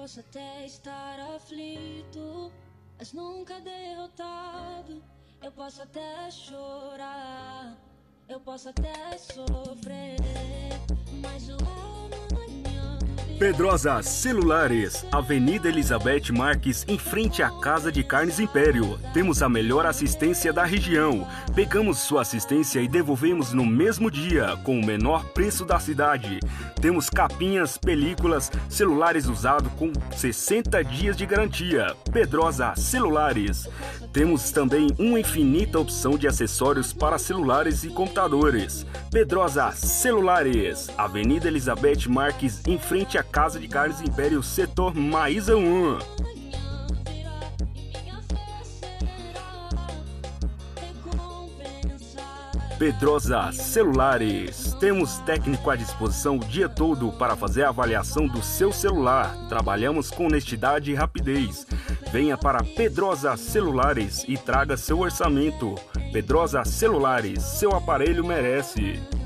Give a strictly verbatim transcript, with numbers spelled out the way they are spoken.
posso até estar aflito, mas nunca derrotado. Eu posso até chorar, eu posso até sofrer, mas o amanhã... Pedrosa Celulares, Avenida Elizabeth Marques, em frente à Casa de Carnes Império. Temos a melhor assistência da região. Pegamos sua assistência e devolvemos no mesmo dia, com o menor preço da cidade. Temos capinhas, películas, celulares usados com sessenta dias de garantia. Pedrosa Celulares. Temos também uma infinita opção de acessórios para celulares e computadores. Pedrosa Celulares, Avenida Elizabeth Marques, em frente à Casa de Carnes Império, setor Maísa um. Pedrosa Celulares. Temos técnico à disposição o dia todo para fazer a avaliação do seu celular. Trabalhamos com honestidade e rapidez. Venha para Pedrosa Celulares e traga seu orçamento. Pedrosa Celulares, seu aparelho merece.